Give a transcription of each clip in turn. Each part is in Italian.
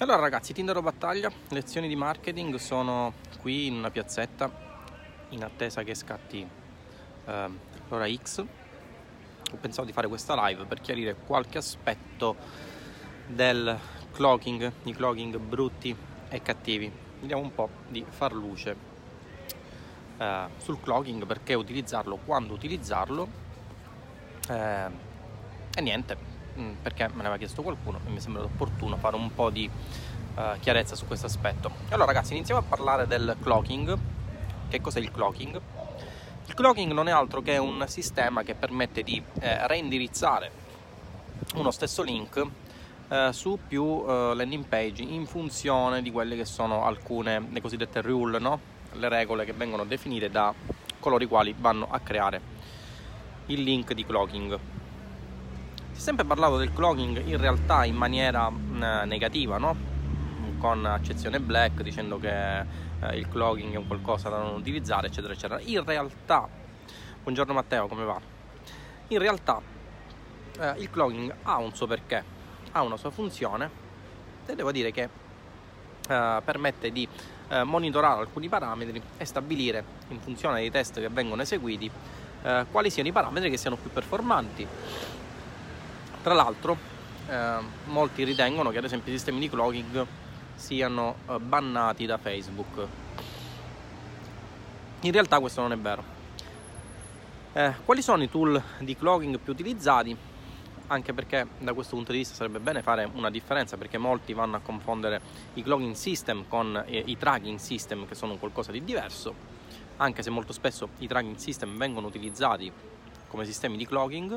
Allora ragazzi, Tinder o battaglia, lezioni di marketing, sono qui in una piazzetta in attesa che scatti l'ora X. Ho pensato di fare questa live per chiarire qualche aspetto del cloaking, i cloaking brutti e cattivi. Vediamo un po' di far luce sul cloaking, perché utilizzarlo, quando utilizzarlo e niente, perché me l'aveva chiesto qualcuno e mi sembra opportuno fare un po' di chiarezza su questo aspetto. Allora ragazzi, iniziamo a parlare del cloaking. Che cos'è il cloaking? Il cloaking non è altro che un sistema che permette di reindirizzare uno stesso link su più landing page in funzione di quelle che sono alcune, le cosiddette rule, no? Le regole che vengono definite da coloro i quali vanno a creare il link di cloaking. Si è sempre parlato del cloaking in realtà in maniera negativa, no? Con accezione black, dicendo che il cloaking è un qualcosa da non utilizzare, eccetera eccetera. In realtà, buongiorno Matteo, come va? In realtà il cloaking ha un suo perché, ha una sua funzione, e devo dire che permette di monitorare alcuni parametri e stabilire, in funzione dei test che vengono eseguiti, quali siano i parametri che siano più performanti. Tra l'altro molti ritengono che ad esempio i sistemi di cloaking siano bannati da Facebook. In realtà questo non è vero. Quali sono i tool di cloaking più utilizzati? Anche perché da questo punto di vista sarebbe bene fare una differenza, perché molti vanno a confondere i cloaking system con i tracking system, che sono qualcosa di diverso, anche se molto spesso i tracking system vengono utilizzati come sistemi di cloaking.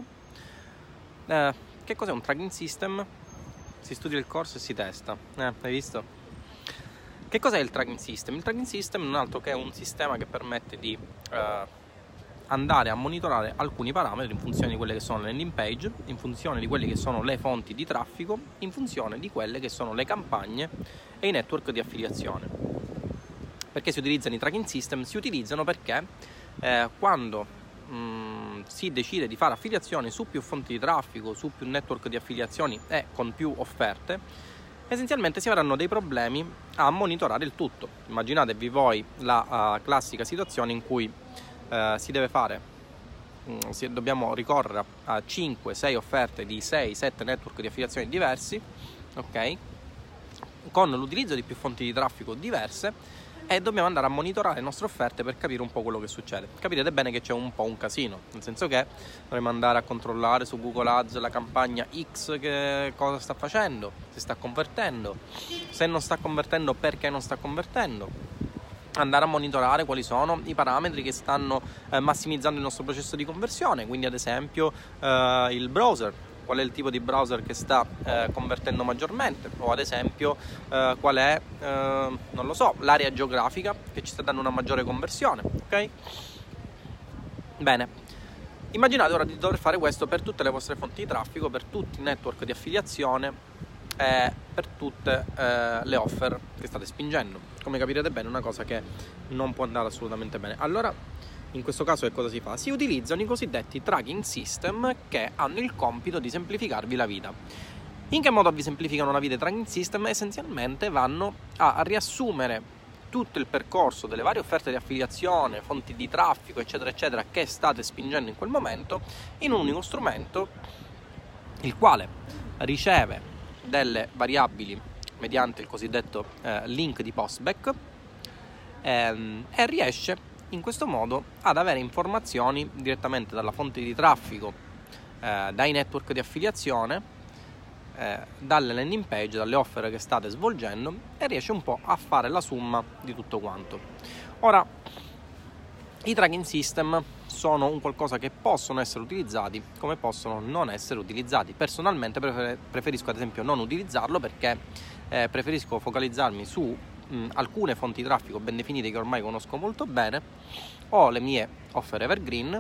Che cos'è un tracking system? Si studia il corso e si testa. Hai visto? Che cos'è il tracking system? Il tracking system non è altro che un sistema che permette di andare a monitorare alcuni parametri in funzione di quelle che sono le landing page, in funzione di quelle che sono le fonti di traffico, in funzione di quelle che sono le campagne e i network di affiliazione. Perché si utilizzano i tracking system? Si utilizzano perché quando si decide di fare affiliazioni su più fonti di traffico, su più network di affiliazioni e con più offerte, essenzialmente si avranno dei problemi a monitorare il tutto. Immaginatevi voi la classica situazione in cui si deve fare, dobbiamo ricorrere a 5-6 offerte di 6-7 network di affiliazioni diversi, ok? Con l'utilizzo di più fonti di traffico diverse, e dobbiamo andare a monitorare le nostre offerte per capire un po' quello che succede. Capirete bene che c'è un po' un casino, nel senso che dovremo andare a controllare su Google Ads la campagna X che cosa sta facendo, se sta convertendo, se non sta convertendo perché non sta convertendo, andare a monitorare quali sono i parametri che stanno massimizzando il nostro processo di conversione, quindi ad esempio il browser, qual è il tipo di browser che sta convertendo maggiormente, o ad esempio qual è, non lo so, l'area geografica che ci sta dando una maggiore conversione, ok? Bene, immaginate ora di dover fare questo per tutte le vostre fonti di traffico, per tutti i network di affiliazione, per tutte le offer che state spingendo. Come capirete bene è una cosa che non può andare assolutamente bene. Allora, in questo caso che cosa si fa? Si utilizzano i cosiddetti tracking system, che hanno il compito di semplificarvi la vita. In che modo vi semplificano la vita i tracking system? Essenzialmente vanno a riassumere tutto il percorso delle varie offerte di affiliazione, fonti di traffico, eccetera eccetera, che state spingendo in quel momento, in un unico strumento, il quale riceve delle variabili mediante il cosiddetto link di postback e riesce in questo modo ad avere informazioni direttamente dalla fonte di traffico, dai network di affiliazione, dalle landing page, dalle offer che state svolgendo, e riesce un po' a fare la somma di tutto quanto. Ora, i tracking system sono un qualcosa che possono essere utilizzati come possono non essere utilizzati. Personalmente preferisco ad esempio non utilizzarlo, perché preferisco focalizzarmi su alcune fonti di traffico ben definite che ormai conosco molto bene, ho le mie offer evergreen,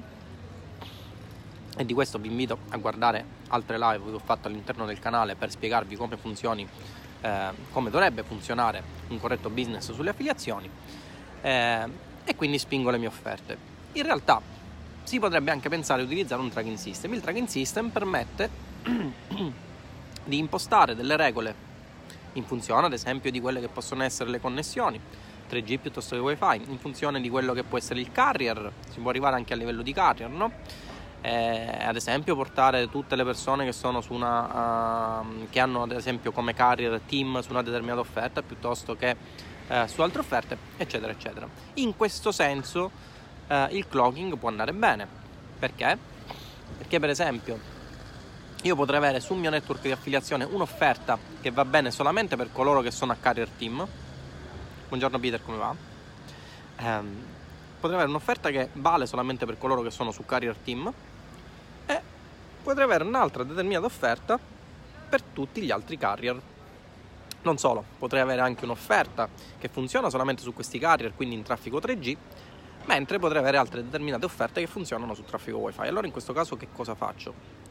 e di questo vi invito a guardare altre live che ho fatto all'interno del canale per spiegarvi come funzioni, come dovrebbe funzionare un corretto business sulle affiliazioni, e quindi spingo le mie offerte. In realtà si potrebbe anche pensare di utilizzare un tracking system. Il tracking system permette di impostare delle regole in funzione ad esempio di quelle che possono essere le connessioni 3G piuttosto che Wi-Fi, in funzione di quello che può essere il carrier, si può arrivare anche a livello di carrier, no? Ad esempio portare tutte le persone che sono su che hanno ad esempio come carrier team su una determinata offerta piuttosto che su altre offerte, eccetera eccetera. In questo senso il clogging può andare bene. Perché? Perché per esempio io potrei avere sul mio network di affiliazione un'offerta che va bene solamente per coloro che sono a carrier team. Buongiorno Peter, come va? Potrei avere un'offerta che vale solamente per coloro che sono su carrier team e potrei avere un'altra determinata offerta per tutti gli altri carrier. Non solo, potrei avere anche un'offerta che funziona solamente su questi carrier, quindi in traffico 3G, mentre potrei avere altre determinate offerte che funzionano su traffico Wi-Fi. Allora in questo caso che cosa faccio?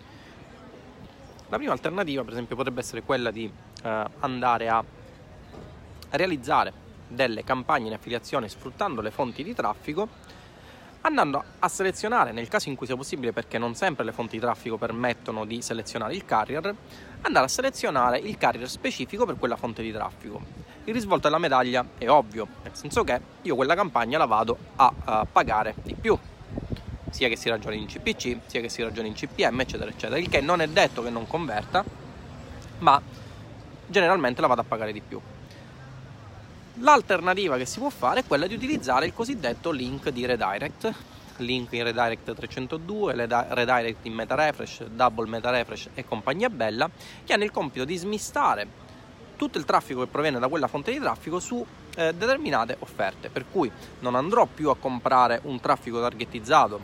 La prima alternativa per esempio potrebbe essere quella di andare a realizzare delle campagne in affiliazione sfruttando le fonti di traffico, andando a selezionare, nel caso in cui sia possibile, perché non sempre le fonti di traffico permettono di selezionare il carrier, andare a selezionare il carrier specifico per quella fonte di traffico. Il risvolto della medaglia è ovvio, nel senso che io quella campagna la vado a pagare di più, sia che si ragioni in CPC, sia che si ragioni in CPM, eccetera eccetera, il che non è detto che non converta, ma generalmente la vado a pagare di più. L'alternativa che si può fare è quella di utilizzare il cosiddetto link di redirect, link in redirect 302, redirect in meta refresh, double meta refresh e compagnia bella, che hanno il compito di smistare tutto il traffico che proviene da quella fonte di traffico su determinate offerte, per cui non andrò più a comprare un traffico targetizzato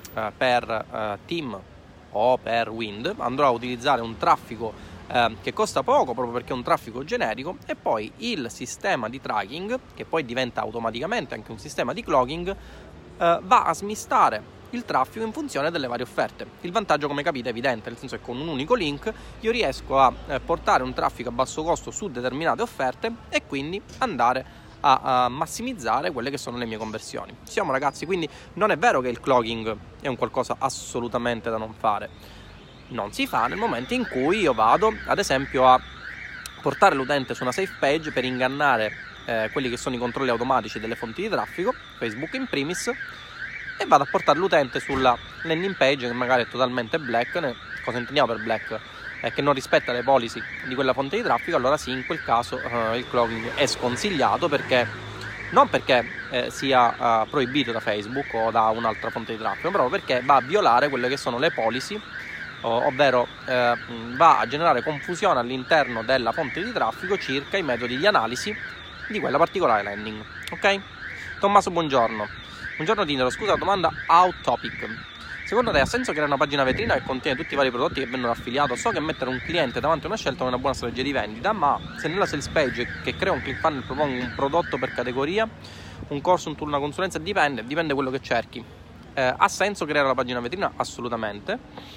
per team o per Wind, andrò a utilizzare un traffico che costa poco proprio perché è un traffico generico, e poi il sistema di tracking, che poi diventa automaticamente anche un sistema di clogging, va a smistare il traffico in funzione delle varie offerte. Il vantaggio, come capite, è evidente, nel senso che con un unico link io riesco a portare un traffico a basso costo su determinate offerte e quindi andare a massimizzare quelle che sono le mie conversioni. Siamo ragazzi, quindi non è vero che il clogging è un qualcosa assolutamente da non fare. Non si fa nel momento in cui io vado ad esempio a portare l'utente su una safe page per ingannare quelli che sono i controlli automatici delle fonti di traffico, Facebook in primis, e vado a portare l'utente sulla landing page che magari è totalmente black. Cosa intendiamo per black? Che non rispetta le policy di quella fonte di traffico. Allora sì, in quel caso il clogging è sconsigliato, perché non perché sia proibito da Facebook o da un'altra fonte di traffico, proprio perché va a violare quelle che sono le policy, ovvero va a generare confusione all'interno della fonte di traffico circa i metodi di analisi di quella particolare landing. Ok? Tommaso, buongiorno. Buongiorno Tindaro, scusa la domanda out topic. Secondo te ha senso creare una pagina vetrina che contiene tutti i vari prodotti che vengono affiliati? So che mettere un cliente davanti a una scelta è una buona strategia di vendita, ma se nella sales page che crea un ClickFunnels propongo un prodotto per categoria, un corso, un tool, una consulenza, dipende quello che cerchi. Ha senso creare la pagina vetrina? Assolutamente.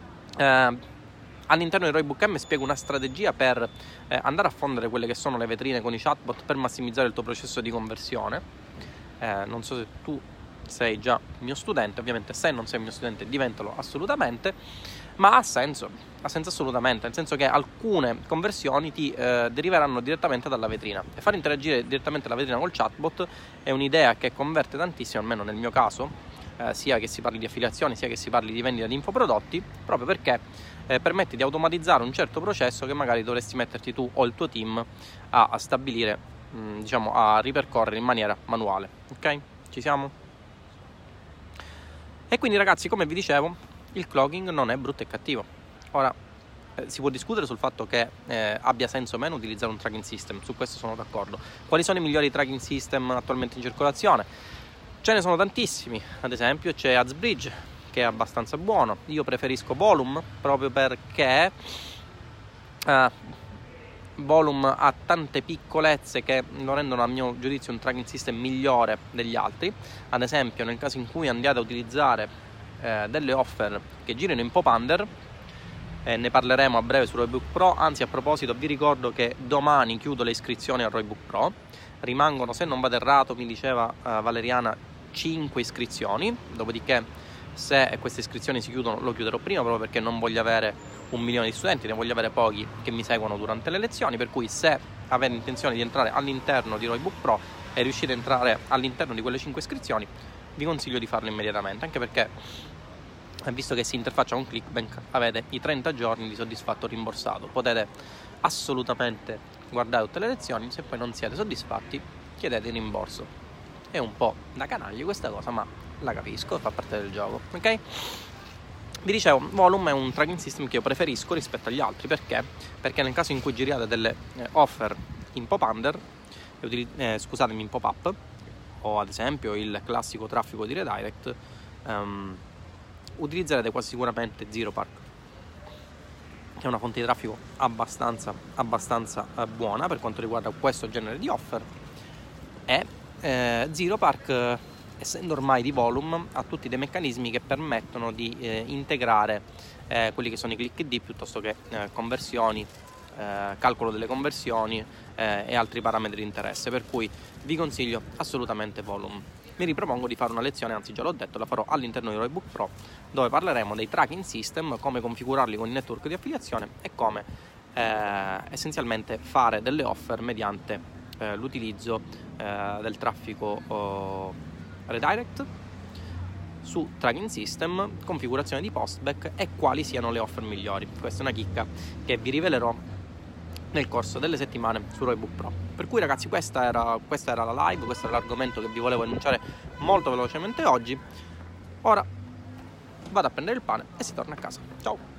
All'interno di Roybook M spiego una strategia per andare a fondere quelle che sono le vetrine con i chatbot per massimizzare il tuo processo di conversione. Non so se tu sei già mio studente, ovviamente se non sei mio studente diventalo assolutamente, ma ha senso assolutamente, nel senso che alcune conversioni ti deriveranno direttamente dalla vetrina, e far interagire direttamente la vetrina col chatbot è un'idea che converte tantissimo, almeno nel mio caso, sia che si parli di affiliazioni sia che si parli di vendita di infoprodotti, proprio perché permette di automatizzare un certo processo che magari dovresti metterti tu o il tuo team a stabilire, diciamo a ripercorrere in maniera manuale. Ok? Ci siamo? E quindi ragazzi, come vi dicevo, il clogging non è brutto e cattivo. Ora si può discutere sul fatto che abbia senso o meno utilizzare un tracking system, su questo sono d'accordo. Quali sono i migliori tracking system attualmente in circolazione? Ce ne sono tantissimi, ad esempio c'è AdsBridge che è abbastanza buono, io preferisco Volume proprio perché Volume ha tante piccolezze che lo rendono a mio giudizio un tracking system migliore degli altri. Ad esempio nel caso in cui andiate a utilizzare delle offer che girano in Popunder, ne parleremo a breve su Roybook Pro, anzi a proposito vi ricordo che domani chiudo le iscrizioni a Roybook Pro, rimangono, se non vado errato, mi diceva Valeriana, 5 iscrizioni, dopodiché se queste iscrizioni si chiudono lo chiuderò prima, proprio perché non voglio avere 1 milione di studenti, ne voglio avere pochi che mi seguono durante le lezioni, per cui se avete intenzione di entrare all'interno di Roybook Pro e riuscite ad entrare all'interno di quelle 5 iscrizioni, vi consiglio di farlo immediatamente, anche perché visto che si interfaccia con ClickBank avete i 30 giorni di soddisfatto rimborsato, potete assolutamente guardare tutte le lezioni, se poi non siete soddisfatti chiedete il rimborso. È un po' da canaglia questa cosa, ma la capisco, fa parte del gioco, ok? Vi dicevo, Volume è un tracking system che io preferisco rispetto agli altri, perché? Perché nel caso in cui giriate delle offer in pop-under, scusatemi, in pop-up, o ad esempio il classico traffico di redirect, utilizzerete quasi sicuramente ZeroPark, che è una fonte di traffico abbastanza buona per quanto riguarda questo genere di offer, e ZeroPark, essendo ormai di Volume, ha tutti dei meccanismi che permettono di integrare quelli che sono i click ID piuttosto che conversioni, calcolo delle conversioni e altri parametri di interesse, per cui vi consiglio assolutamente Volume. Mi ripropongo di fare una lezione, anzi già l'ho detto, la farò all'interno di Roybook Pro, dove parleremo dei tracking system, come configurarli con il network di affiliazione e come essenzialmente fare delle offer mediante l'utilizzo del traffico redirect su tracking system, configurazione di postback e quali siano le offer migliori. Questa è una chicca che vi rivelerò nel corso delle settimane su Roybook Pro. Per cui ragazzi, questa era la live, questo era l'argomento che vi volevo annunciare molto velocemente oggi. Ora vado a prendere il pane e si torna a casa. Ciao!